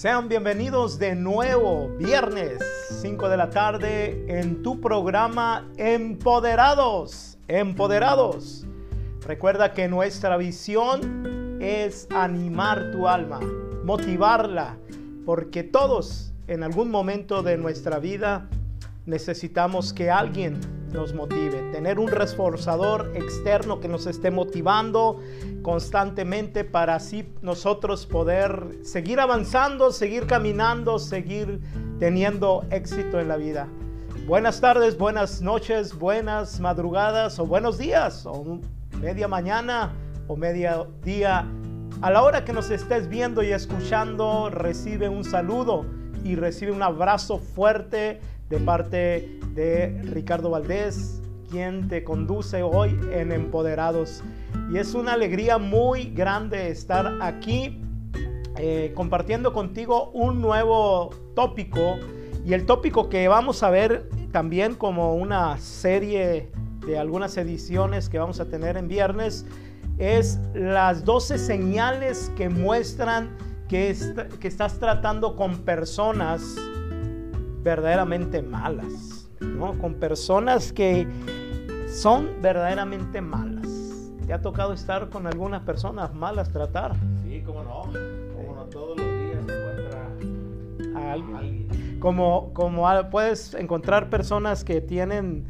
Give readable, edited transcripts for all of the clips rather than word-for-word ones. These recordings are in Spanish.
Sean bienvenidos de nuevo, viernes 5 de la tarde, en tu programa Empoderados. Empoderados. Recuerda que nuestra visión es animar tu alma, motivarla, porque todos en algún momento de nuestra vida necesitamos que alguien nos motive, tener un reforzador externo que nos esté motivando constantemente para así nosotros poder seguir avanzando, seguir caminando, seguir teniendo éxito en la vida. Buenas tardes, buenas noches, buenas madrugadas o buenos días o media mañana o mediodía. A la hora que nos estés viendo y escuchando, recibe un saludo y recibe un abrazo fuerte de parte de Ricardo Valdés, quien te conduce hoy en Empoderados. Y es una alegría muy grande estar aquí compartiendo contigo un nuevo tópico. Y el tópico que vamos a ver también como una serie de algunas ediciones que vamos a tener en viernes es las 12 señales que muestran que estás tratando con personas verdaderamente malas, ¿no? Con personas que son verdaderamente malas. ¿Te ha tocado estar con algunas personas malas, tratar? Sí, cómo no. Cómo no, todos los días se encuentra a alguien. Como puedes encontrar personas que tienen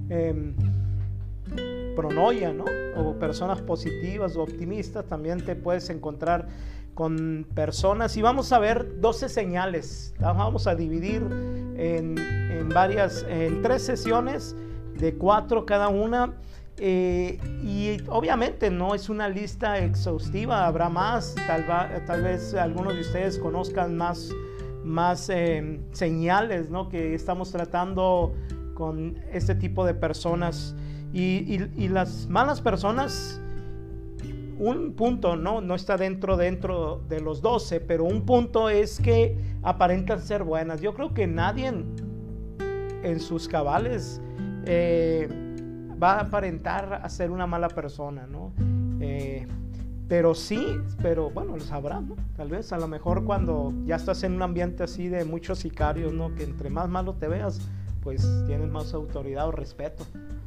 pronoia, ¿no? O personas positivas o optimistas, también te puedes encontrar con personas. Y vamos a ver 12 señales. Las vamos a dividir en 3 sesiones de 4 cada una. Y obviamente no es una lista exhaustiva, habrá más. Tal vez algunos de ustedes conozcan más señales, ¿no? Que estamos tratando con este tipo de personas. Y las malas personas, un punto no está dentro de los 12, pero un punto es que aparentan ser buenas. Yo creo que nadie en sus cabales va a aparentar a ser una mala persona, ¿no? Pero bueno, lo sabrá, ¿no? Tal vez, a lo mejor cuando ya estás en un ambiente así de muchos sicarios, ¿no? Que entre más malo te veas, pues tienes más autoridad o respeto.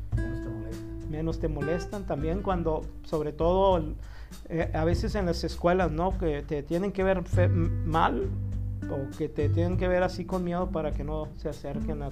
Menos te molestan también cuando, sobre todo, a veces en las escuelas, ¿no? Que te tienen que ver mal o que te tienen que ver así con miedo para que no se acerquen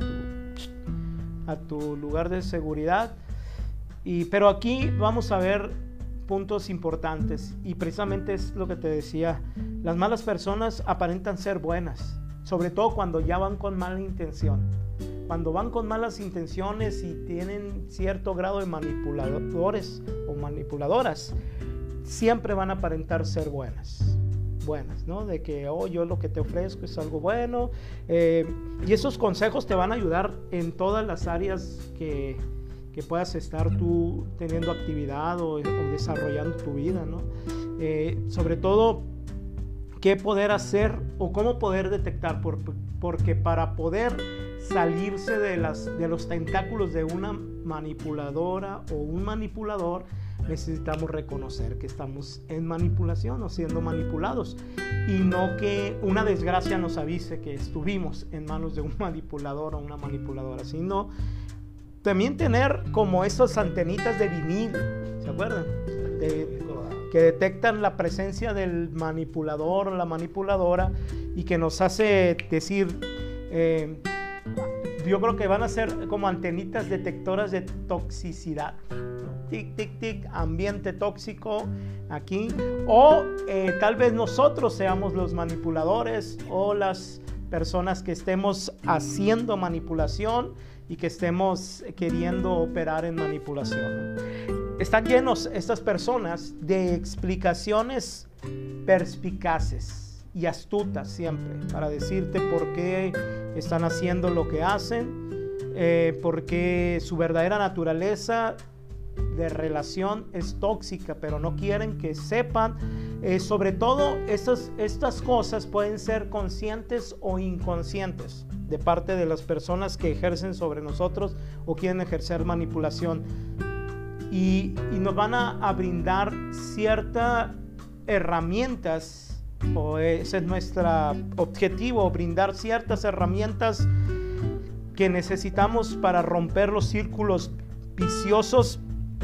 a tu lugar de seguridad. Pero aquí vamos a ver puntos importantes y precisamente es lo que te decía. Las malas personas aparentan ser buenas, sobre todo cuando ya van con mala intención. Cuando van con malas intenciones y tienen cierto grado de manipuladores o manipuladoras, siempre van a aparentar ser buenas, ¿no? De que, yo lo que te ofrezco es algo bueno. Y esos consejos te van a ayudar en todas las áreas que puedas estar tú teniendo actividad o desarrollando tu vida, ¿no? Sobre todo, qué poder hacer o cómo poder detectar, porque para poder salirse de los tentáculos de una manipuladora o un manipulador, necesitamos reconocer que estamos en manipulación o siendo manipulados y no que una desgracia nos avise que estuvimos en manos de un manipulador o una manipuladora, sino también tener como esas antenitas de vinil, ¿se acuerdan? Que detectan la presencia del manipulador o la manipuladora y que nos hace decir, yo creo que van a ser como antenitas detectoras de toxicidad. Tic, tic, tic, ambiente tóxico aquí. O tal vez nosotros seamos los manipuladores o las personas que estemos haciendo manipulación y que estemos queriendo operar en manipulación. Están llenos estas personas de explicaciones perspicaces y astutas siempre para decirte por qué están haciendo lo que hacen, porque su verdadera naturaleza de relación es tóxica, pero no quieren que sepan. Sobre todo estas cosas pueden ser conscientes o inconscientes de parte de las personas que ejercen sobre nosotros o quieren ejercer manipulación. Y nos van a brindar ciertas herramientas o ese es nuestro objetivo, brindar ciertas herramientas que necesitamos para romper los círculos viciosos.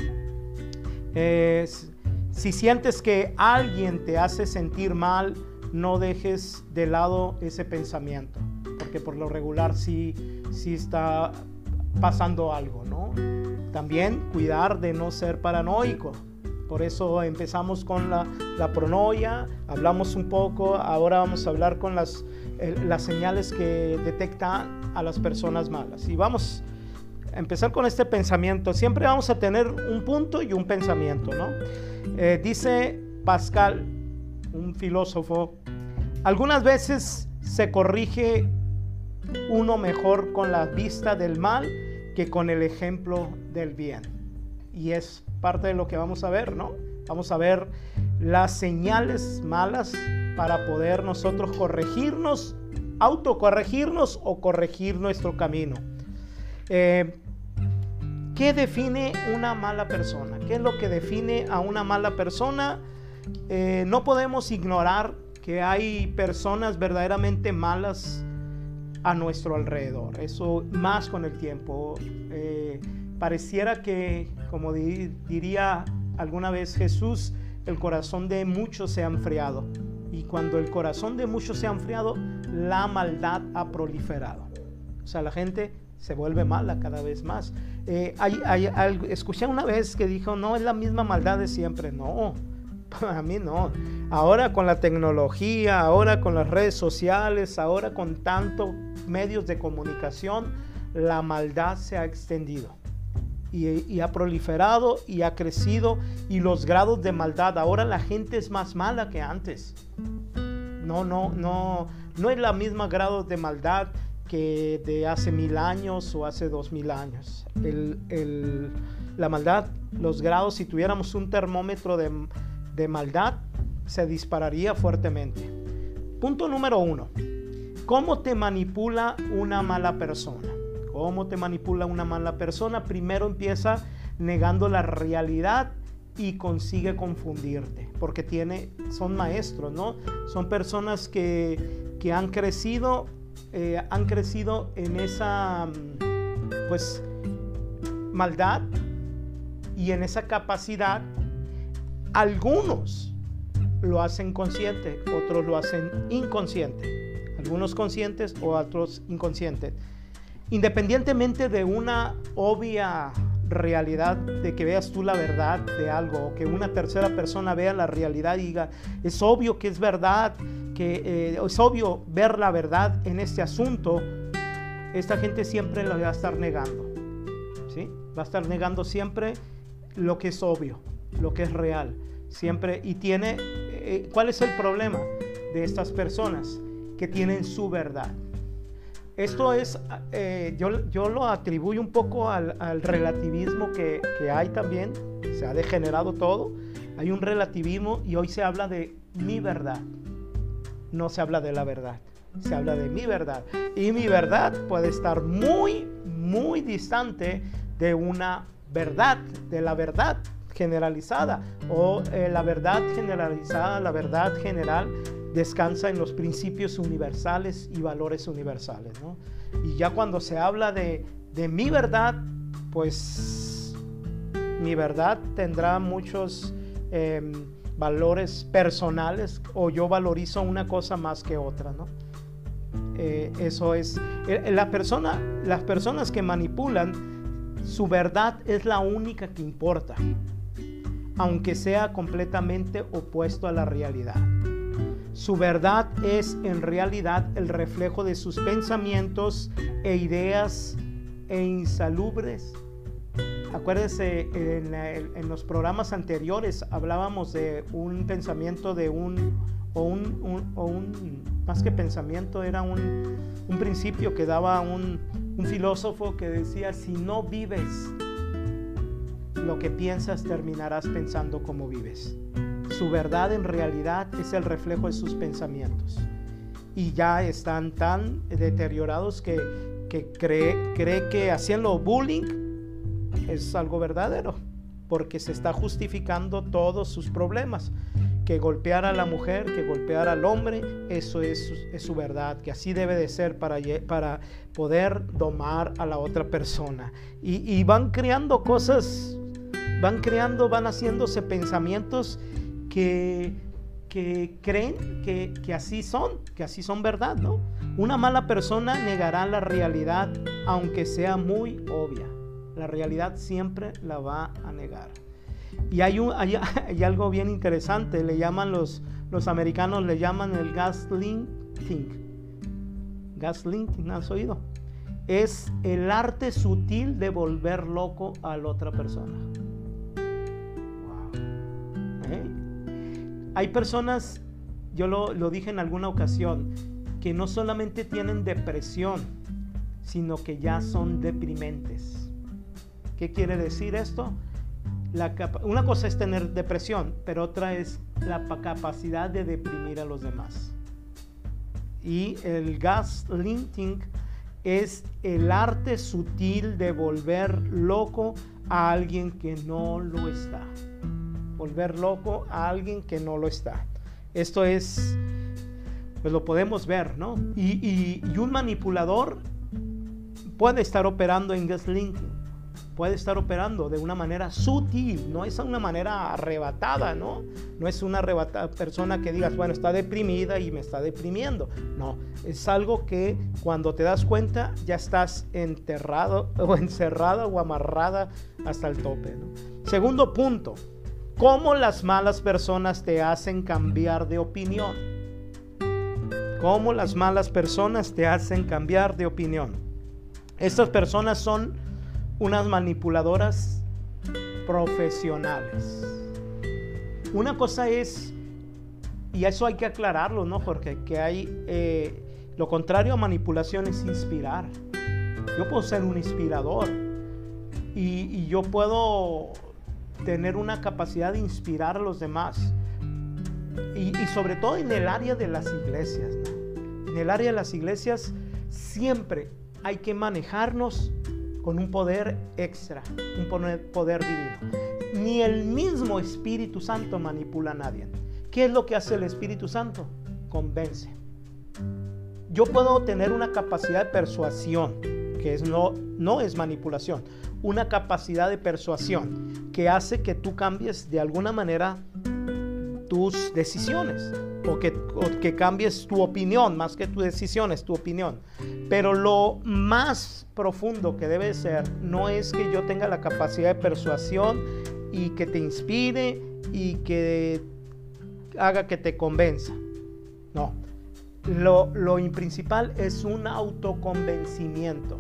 Si sientes que alguien te hace sentir mal, no dejes de lado ese pensamiento, porque por lo regular sí está pasando algo, ¿no? También cuidar de no ser paranoico. Por eso empezamos con la pronoia, hablamos un poco, ahora vamos a hablar con las señales que detectan a las personas malas. Y vamos a empezar con este pensamiento. Siempre vamos a tener un punto y un pensamiento, ¿no? Dice Pascal, un filósofo, algunas veces se corrige uno mejor con la vista del mal que con el ejemplo del bien. Y es parte de lo que vamos a ver, ¿no? Vamos a ver las señales malas para poder nosotros corregirnos, autocorregirnos o corregir nuestro camino. ¿Qué define una mala persona? ¿Qué es lo que define a una mala persona? No podemos ignorar que hay personas verdaderamente malas a nuestro alrededor. Eso más con el tiempo. Pareciera que, como diría alguna vez Jesús, el corazón de muchos se ha enfriado. Y cuando el corazón de muchos se ha enfriado, la maldad ha proliferado. O sea, la gente se vuelve mala cada vez más. Escuché una vez que dijo, no, es la misma maldad de siempre. No, para mí no. Ahora con la tecnología, ahora con las redes sociales, ahora con tantos medios de comunicación, la maldad se ha extendido. Y ha proliferado y ha crecido, y los grados de maldad, ahora la gente es más mala que antes. No es la misma grado de maldad que de hace 1000 años o hace 2000 años. La maldad, los grados, si tuviéramos un termómetro de maldad, se dispararía fuertemente. Punto número 1. ¿Cómo te manipula una mala persona? ¿Cómo te manipula una mala persona? Primero empieza negando la realidad y consigue confundirte, porque son maestros, ¿no? Son personas que han crecido en esa pues maldad y en esa capacidad. Algunos lo hacen consciente, otros lo hacen inconsciente, algunos conscientes o otros inconscientes. Independientemente de una obvia realidad, de que veas tú la verdad de algo, o que una tercera persona vea la realidad y diga, es obvio que es verdad, que es obvio ver la verdad en este asunto, esta gente siempre lo va a estar negando, ¿sí? Va a estar negando siempre lo que es obvio, lo que es real, siempre. Y ¿cuál es el problema de estas personas? Que tienen su verdad. Esto es, yo lo atribuyo un poco al relativismo que hay también. Se ha degenerado todo. Hay un relativismo y hoy se habla de mi verdad. No se habla de la verdad. Se habla de mi verdad. Y mi verdad puede estar muy, muy distante de una verdad, de la verdad generalizada. O la verdad generalizada, la verdad general, descansa en los principios universales y valores universales, ¿no? Y ya cuando se habla de mi verdad, pues mi verdad tendrá muchos valores personales, o yo valorizo una cosa más que otra, ¿no? Eso es. Las personas que manipulan, su verdad es la única que importa, aunque sea completamente opuesto a la realidad. Su verdad es en realidad el reflejo de sus pensamientos e ideas insalubres. Acuérdense, en los programas anteriores hablábamos de un pensamiento más que pensamiento, era un principio que daba un filósofo que decía, si no vives lo que piensas, terminarás pensando como vives. Su verdad en realidad es el reflejo de sus pensamientos, y ya están tan deteriorados que cree que haciendo bullying es algo verdadero, porque se está justificando todos sus problemas. que golpear a la mujer, que golpear al hombre, eso es su verdad, que así debe de ser para poder domar a la otra persona. Y van creando cosas, van haciéndose pensamientos que creen que así son verdad, ¿no? Una mala persona negará la realidad, aunque sea muy obvia. La realidad siempre la va a negar. Y hay algo bien interesante, le llaman los americanos, le llaman el gaslighting. Gaslighting, ¿has oído? Es el arte sutil de volver loco a la otra persona. Hay personas, yo lo dije en alguna ocasión, que no solamente tienen depresión, sino que ya son deprimentes. ¿Qué quiere decir esto? Una cosa es tener depresión, pero otra es la capacidad de deprimir a los demás. Y el gaslighting es el arte sutil de volver loco a alguien que no lo está. Volver loco a alguien que no lo está. Esto es, pues lo podemos ver, ¿no? Y un manipulador puede estar operando en gaslighting. Puede estar operando de una manera sutil, no es una manera arrebatada, ¿no? No es una persona que digas, bueno, está deprimida y me está deprimiendo. No, es algo que cuando te das cuenta ya estás enterrado o encerrada o amarrada hasta el tope, ¿no? Segundo punto, ¿cómo las malas personas te hacen cambiar de opinión? ¿Cómo las malas personas te hacen cambiar de opinión? Estas personas son unas manipuladoras profesionales. Una cosa es, y eso hay que aclararlo, ¿no, Jorge? Que hay, lo contrario a manipulación es inspirar. Yo puedo ser un inspirador y yo puedo tener una capacidad de inspirar a los demás. Y sobre todo en el área de las iglesias, ¿no? En el área de las iglesias siempre hay que manejarnos con un poder extra, un poder divino. Ni el mismo Espíritu Santo manipula a nadie. ¿Qué es lo que hace el Espíritu Santo? Convence. Yo puedo tener una capacidad de persuasión, que no es manipulación, una capacidad de persuasión que hace que tú cambies de alguna manera tus decisiones o que cambies tu opinión, más que tus decisiones, tu opinión. Pero lo más profundo que debe ser no es que yo tenga la capacidad de persuasión y que te inspire y que haga que te convenza. No, lo principal es un autoconvencimiento.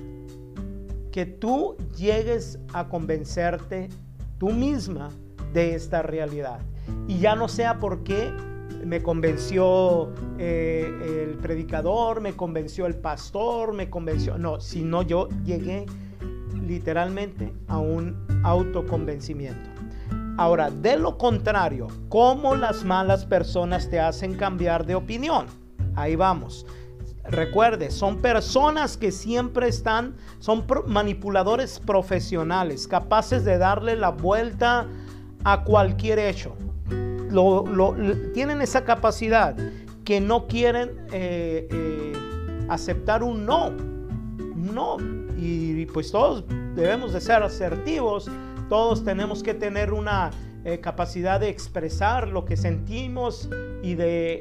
Que tú llegues a convencerte tú misma de esta realidad. Y ya no sea porque me convenció el predicador, me convenció el pastor, no, sino yo llegué literalmente a un autoconvencimiento. Ahora, de lo contrario, ¿cómo las malas personas te hacen cambiar de opinión? Ahí vamos. Recuerde, son personas que siempre son manipuladores profesionales, capaces de darle la vuelta a cualquier hecho. Tienen esa capacidad que no quieren aceptar un no. Y pues todos debemos de ser asertivos, todos tenemos que tener una capacidad de expresar lo que sentimos y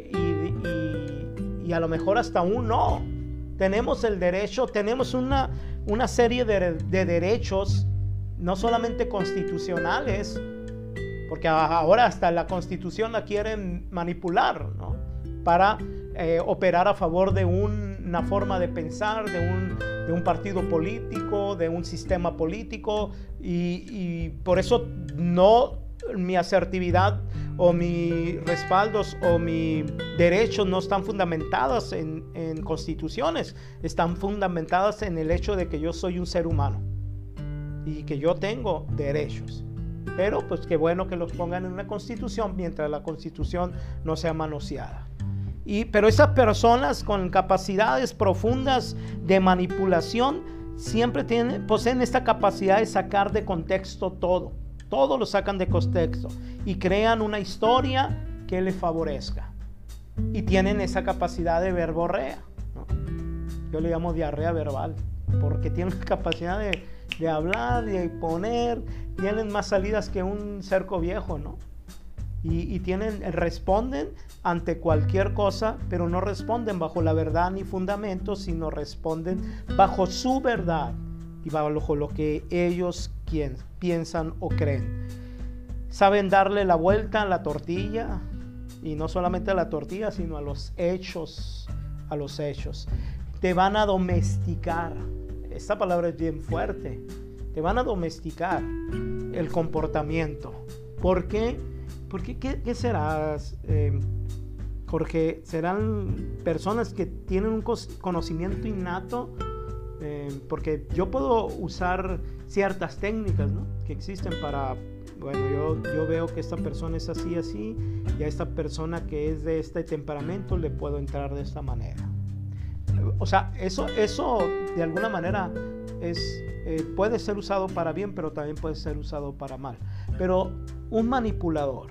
a lo mejor hasta un no. Tenemos el derecho, tenemos una serie de derechos, no solamente constitucionales, porque ahora hasta la Constitución la quieren manipular, ¿no? Para operar a favor de una forma de pensar, de un partido político, de un sistema político, y por eso mi asertividad o mis respaldos o mis derechos no están fundamentados en constituciones, están fundamentadas en el hecho de que yo soy un ser humano y que yo tengo derechos. Pero pues qué bueno que los pongan en una constitución mientras la constitución no sea manoseada. Pero esas personas con capacidades profundas de manipulación siempre poseen esta capacidad de sacar de contexto todo lo sacan de contexto y crean una historia que le favorezca. Y tienen esa capacidad de verborrea, ¿no? Yo le llamo diarrea verbal, porque tienen la capacidad de hablar, de poner, tienen más salidas que un cerco viejo, ¿no? Y responden ante cualquier cosa, pero no responden bajo la verdad ni fundamento, sino responden bajo su verdad y bajo lo que ellos piensan o creen. Saben darle la vuelta a la tortilla, y no solamente a la tortilla, sino a los hechos, Te van a domesticar. Esta palabra es bien fuerte. Te van a domesticar el comportamiento. ¿Por qué? Porque ¿qué serás, Jorge? ¿Serán personas que tienen un conocimiento innato? Porque yo puedo usar ciertas técnicas, ¿no?, que existen para, bueno, yo veo que esta persona es así, y a esta persona que es de este temperamento le puedo entrar de esta manera. O sea, eso de alguna manera puede ser usado para bien, pero también puede ser usado para mal. Pero un manipulador,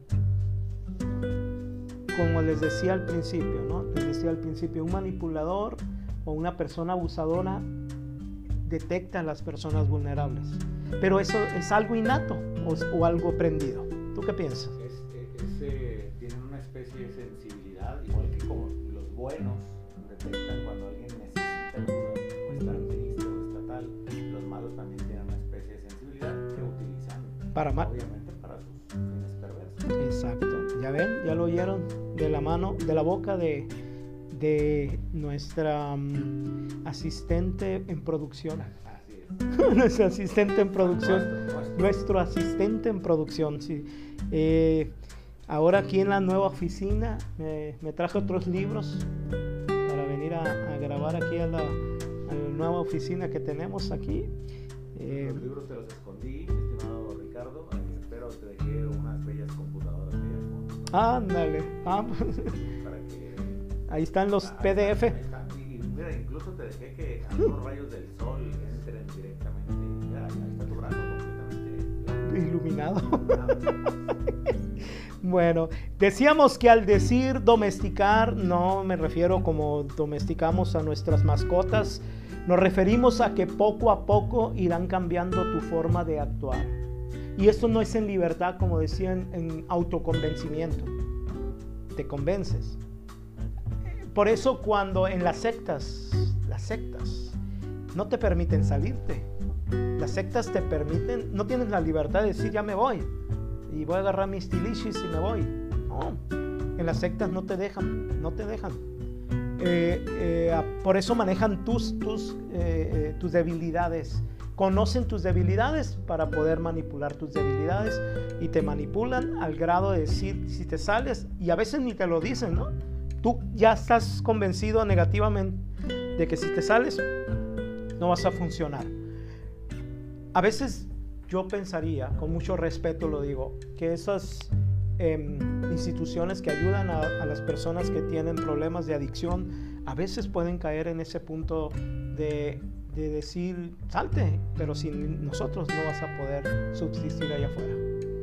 como les decía al principio, ¿no? Un manipulador o una persona abusadora detecta a las personas vulnerables. Pero eso es algo innato o algo aprendido. ¿Tú qué piensas? Tienen una especie de sensibilidad, igual que como los buenos detectan cuando alguien necesita ayuda, o está triste o está tal. Los malos también tienen una especie de sensibilidad que utilizan obviamente para sus fines perversos. Exacto. Ya ven, ya lo oyeron de la boca de nuestra asistente en producción. Así es. Nuestro asistente en producción. Nuestro asistente en producción, sí. Ahora aquí en la nueva oficina me traje otros libros para venir a grabar aquí a la nueva oficina que tenemos aquí. Los libros te los escondí, estimado Ricardo, pero te dejé unas bellas computadoras ahí al fondo. Ándale, para que ahí están los PDF. Ahí están. Y mira, incluso te dejé que algunos rayos del sol entren directamente. Mira, ahí está tu brazo completamente iluminado. Bueno, decíamos que al decir domesticar, no me refiero como domesticamos a nuestras mascotas. Nos referimos a que poco a poco irán cambiando tu forma de actuar. Y esto no es en libertad, como decían, en autoconvencimiento. Te convences. Por eso cuando en las sectas no te permiten salirte. Las sectas te permiten, no tienes la libertad de decir ya me voy y voy a agarrar mis tilichis y me voy. No, en las sectas no te dejan. Por eso manejan tus debilidades. Conocen tus debilidades para poder manipular tus debilidades, y te manipulan al grado de decir si te sales, y a veces ni te lo dicen, ¿no? Tú ya estás convencido negativamente de que si te sales no vas a funcionar. A veces yo pensaría, con mucho respeto lo digo, que esas instituciones que ayudan a las personas que tienen problemas de adicción a veces pueden caer en ese punto de decir salte, pero sin nosotros no vas a poder subsistir allá afuera.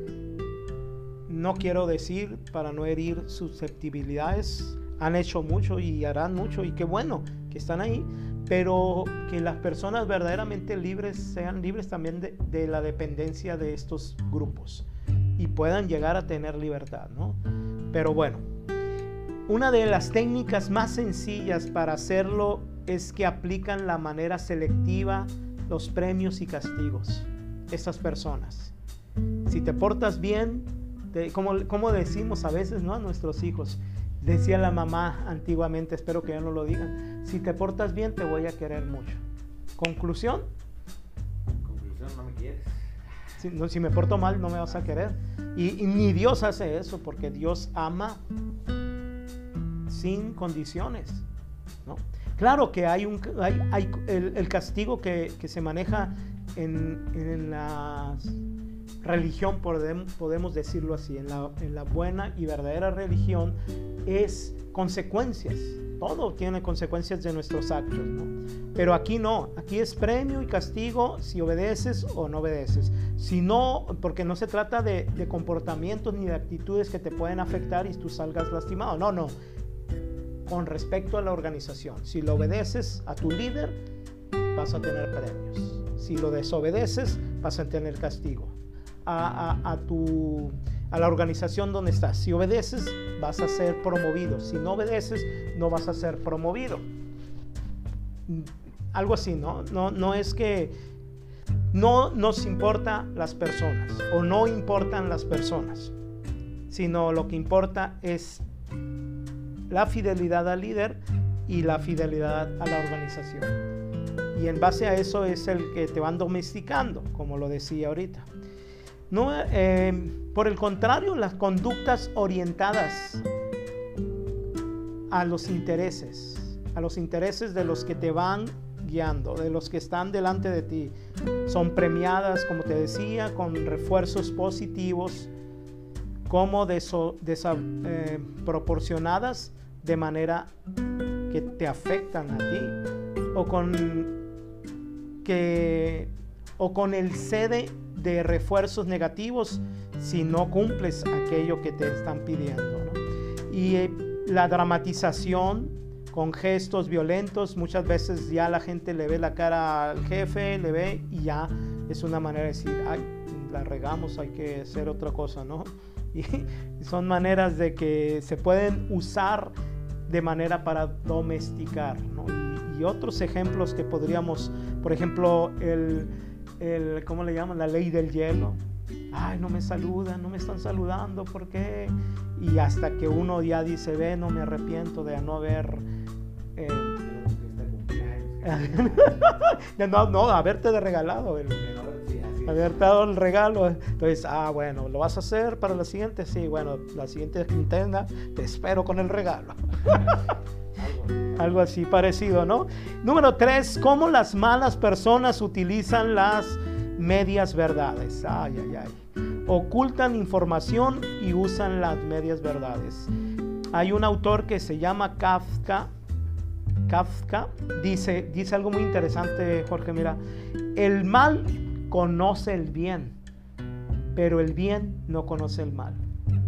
No quiero decir para no herir susceptibilidades, han hecho mucho y harán mucho, y qué bueno que están ahí, pero que las personas verdaderamente libres sean libres también de la dependencia de estos grupos y puedan llegar a tener libertad, ¿no? Pero bueno, una de las técnicas más sencillas para hacerlo es que aplican la manera selectiva los premios y castigos. Estas personas, si te portas bien, como decimos a veces, ¿no?, a nuestros hijos, decía la mamá antiguamente, espero que ya no lo digan, si te portas bien te voy a querer mucho. Conclusión, no me quieres. Si me porto mal no me vas a querer. Y ni Dios hace eso, porque Dios ama sin condiciones, ¿no? Claro que hay el castigo que se maneja en las religión, podemos decirlo así, en la buena y verdadera religión es consecuencias. Todo tiene consecuencias de nuestros actos, ¿no? Pero aquí no, aquí es premio y castigo si obedeces o no obedeces. Si no, porque no se trata de comportamientos ni de actitudes que te pueden afectar y tú salgas lastimado. No, no. Con respecto a la organización, si lo obedeces a tu líder, vas a tener premios. Si lo desobedeces, vas a tener castigo. A la organización donde estás. Si obedeces, vas a ser promovido. Si no obedeces, no vas a ser promovido. Algo así, ¿no? No es que no nos importan las personas o no importan las personas, sino lo que importa es la fidelidad al líder y la fidelidad a la organización. Y en base a eso es el que te van domesticando, como lo decía ahorita. No, por el contrario, las conductas orientadas a los intereses de los que te van guiando, de los que están delante de ti, son premiadas, como te decía, con refuerzos positivos, como proporcionadas de manera que te afectan a ti, o con el cede de refuerzos negativos si no cumples aquello que te están pidiendo, ¿no? Y la dramatización con gestos violentos, muchas veces ya la gente le ve la cara al jefe, le ve y ya es una manera de decir, ay, la regamos, hay que hacer otra cosa, ¿no? Y son maneras de que se pueden usar de manera para domesticar, ¿no? Y otros ejemplos que podríamos, por ejemplo, ¿cómo le llaman? La ley del hielo. Ay, no me saludan, no me están saludando, ¿por qué? Y hasta que uno ya dice, no me arrepiento de no haber... no, haberte regalado, haberte dado el regalo. Entonces, bueno, ¿lo vas a hacer para la siguiente? Sí, bueno, la siguiente quincena te espero con el regalo. Algo así parecido, ¿no? Número 3, cómo las malas personas utilizan las medias verdades. Ocultan información y usan las medias verdades. Hay un autor que se llama Kafka dice algo muy interesante, Jorge. Mira, el mal conoce el bien, pero el bien no conoce el mal.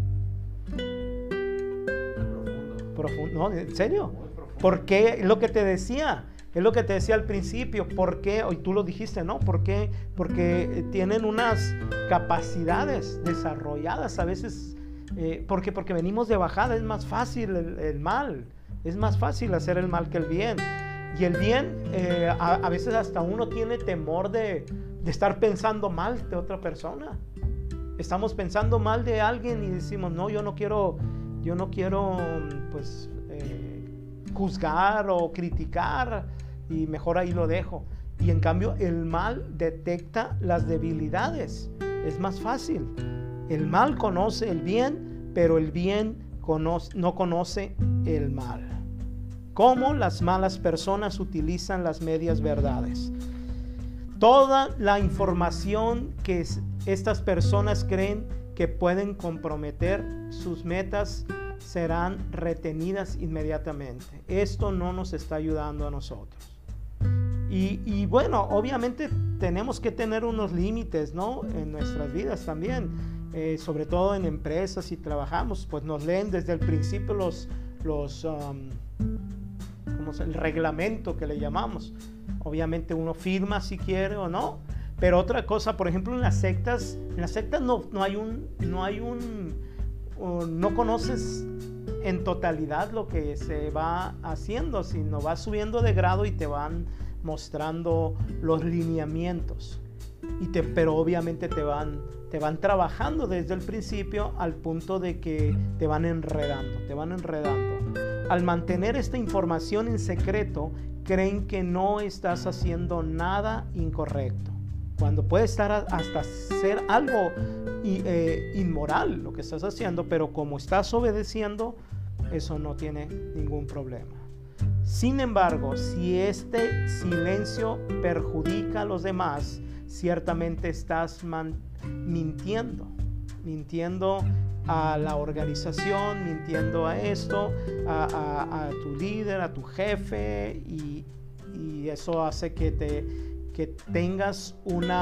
Profundo. No, ¿en serio? ¿Por qué? Es lo que te decía. Es lo que te decía al principio. ¿Por qué? Hoy tú lo dijiste, ¿no? ¿Por qué? Porque tienen unas capacidades desarrolladas a veces. Porque venimos de bajada. Es más fácil el mal. Es más fácil hacer el mal que el bien. Y el bien, a veces hasta uno tiene temor de estar pensando mal de otra persona. Estamos pensando mal de alguien y decimos, no, yo no quiero pues juzgar o criticar, y mejor ahí lo dejo. Y en cambio el mal detecta las debilidades. Es más fácil. El mal conoce el bien, pero el bien no conoce el mal. ¿Cómo las malas personas utilizan las medias verdades? Toda la información que estas personas creen que pueden comprometer sus metas serán retenidas inmediatamente. Esto no nos está ayudando a nosotros. Y bueno, obviamente tenemos que tener unos límites, ¿no? En nuestras vidas también, sobre todo en empresas, y trabajamos, pues nos leen desde el principio el reglamento que le llamamos. Obviamente uno firma si quiere o no. Pero otra cosa, por ejemplo, en las sectas no conoces en totalidad lo que se va haciendo, sino vas subiendo de grado y te van mostrando los lineamientos. Pero obviamente te van trabajando desde el principio al punto de que te van enredando. Al mantener esta información en secreto, creen que no estás haciendo nada incorrecto, cuando puede estar hasta ser algo inmoral lo que estás haciendo, pero como estás obedeciendo, eso no tiene ningún problema. Sin embargo, si este silencio perjudica a los demás, ciertamente estás mintiendo a la organización, mintiendo a esto, a tu líder, a tu jefe, y eso hace que tengas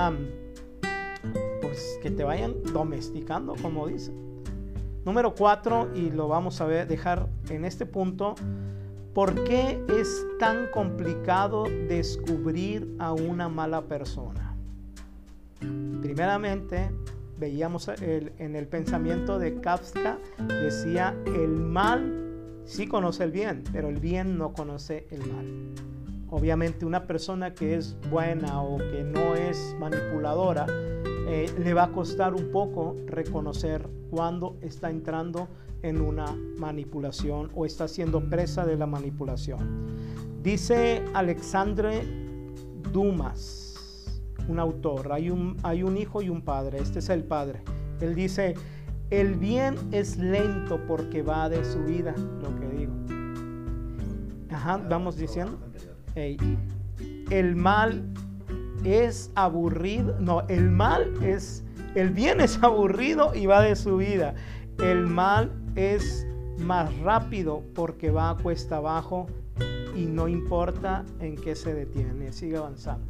pues que te vayan domesticando, como dicen. Número 4, y lo vamos a dejar en este punto: ¿por qué es tan complicado descubrir a una mala persona? Primeramente, veíamos en el pensamiento de Kafka, decía: el mal sí conoce el bien, pero el bien no conoce el mal. Obviamente una persona que es buena o que no es manipuladora, le va a costar un poco reconocer cuando está entrando en una manipulación o está siendo presa de la manipulación. Dice Alexandre Dumas, un autor: hay un hijo y un padre. Este es el padre. Él dice: el bien es lento porque va de su vida, lo que digo. Vamos diciendo. El mal es aburrido. No, el bien es aburrido y va de su vida. El mal es más rápido porque va a cuesta abajo y no importa en qué se detiene, sigue avanzando.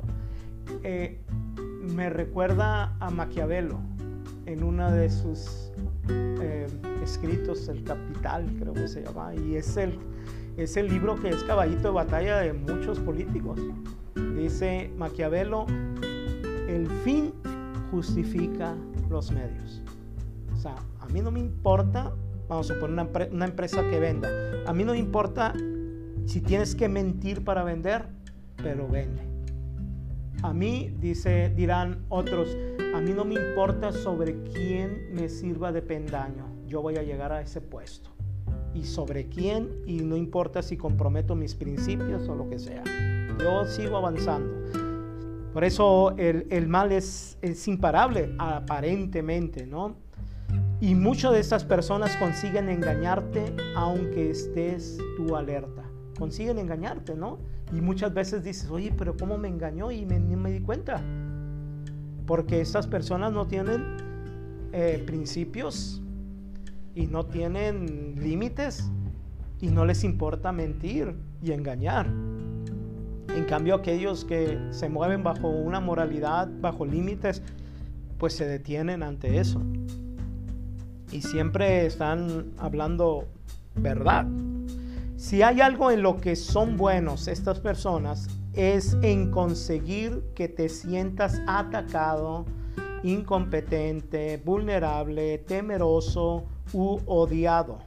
Me recuerda a Maquiavelo en uno de sus escritos, El Capital, creo que se llama, y es el libro que es caballito de batalla de muchos políticos. Dice Maquiavelo: el fin justifica los medios. O sea, a mí no me importa, vamos a suponer una empresa que venda, a mí no me importa si tienes que mentir para vender, pero vende. A mí, dirán otros, a mí no me importa sobre quién me sirva de pendaño, yo voy a llegar a ese puesto. Y sobre quién, y no importa si comprometo mis principios o lo que sea, yo sigo avanzando. Por eso el mal es imparable, aparentemente, ¿no? Y muchas de estas personas consiguen engañarte aunque estés tú alerta. Consiguen engañarte, ¿no? Y muchas veces dices: oye, pero ¿cómo me engañó? Y ni me di cuenta. Porque estas personas no tienen principios y no tienen límites y no les importa mentir y engañar. En cambio, aquellos que se mueven bajo una moralidad, bajo límites, pues se detienen ante eso y siempre están hablando verdad. Si hay algo en lo que son buenos estas personas, es en conseguir que te sientas atacado, incompetente, vulnerable, temeroso u odiado.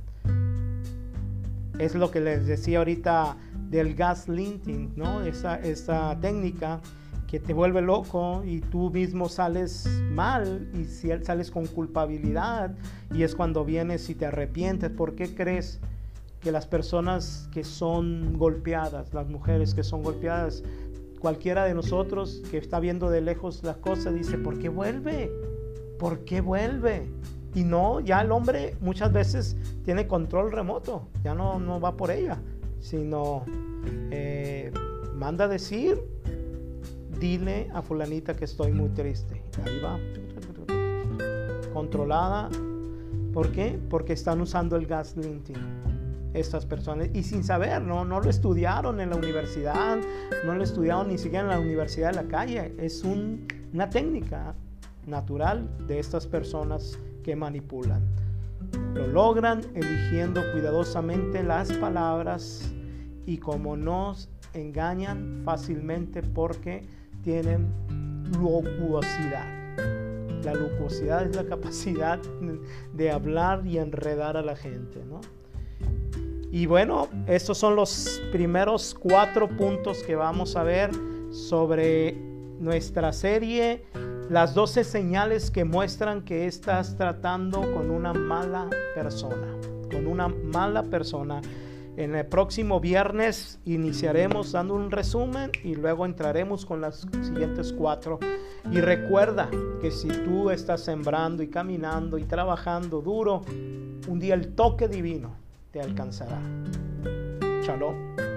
Es lo que les decía ahorita del gaslighting, ¿no? Esa técnica que te vuelve loco y tú mismo sales mal y sales con culpabilidad, y es cuando vienes y te arrepientes. ¿Por qué crees que las personas que son golpeadas, las mujeres que son golpeadas, cualquiera de nosotros que está viendo de lejos las cosas dice: ¿por qué vuelve? ¿Por qué vuelve? Y no, ya el hombre muchas veces tiene control remoto, ya no va por ella, sino manda a decir: dile a fulanita que estoy muy triste. Ahí va, controlada. ¿Por qué? Porque están usando el gaslighting estas personas, y sin saber, no lo estudiaron en la universidad, no lo estudiaron ni siquiera en la universidad de la calle. Es una técnica natural de estas personas que manipulan. Lo logran eligiendo cuidadosamente las palabras, y como nos engañan fácilmente porque tienen locuacidad. La locuacidad es la capacidad de hablar y enredar a la gente, ¿no? Y bueno, estos son los primeros 4 puntos que vamos a ver sobre nuestra serie, las 12 señales que muestran que estás tratando con una mala persona. En el próximo viernes iniciaremos dando un resumen y luego entraremos con las siguientes 4. Y recuerda que si tú estás sembrando y caminando y trabajando duro, un día el toque divino te alcanzará. Shalom.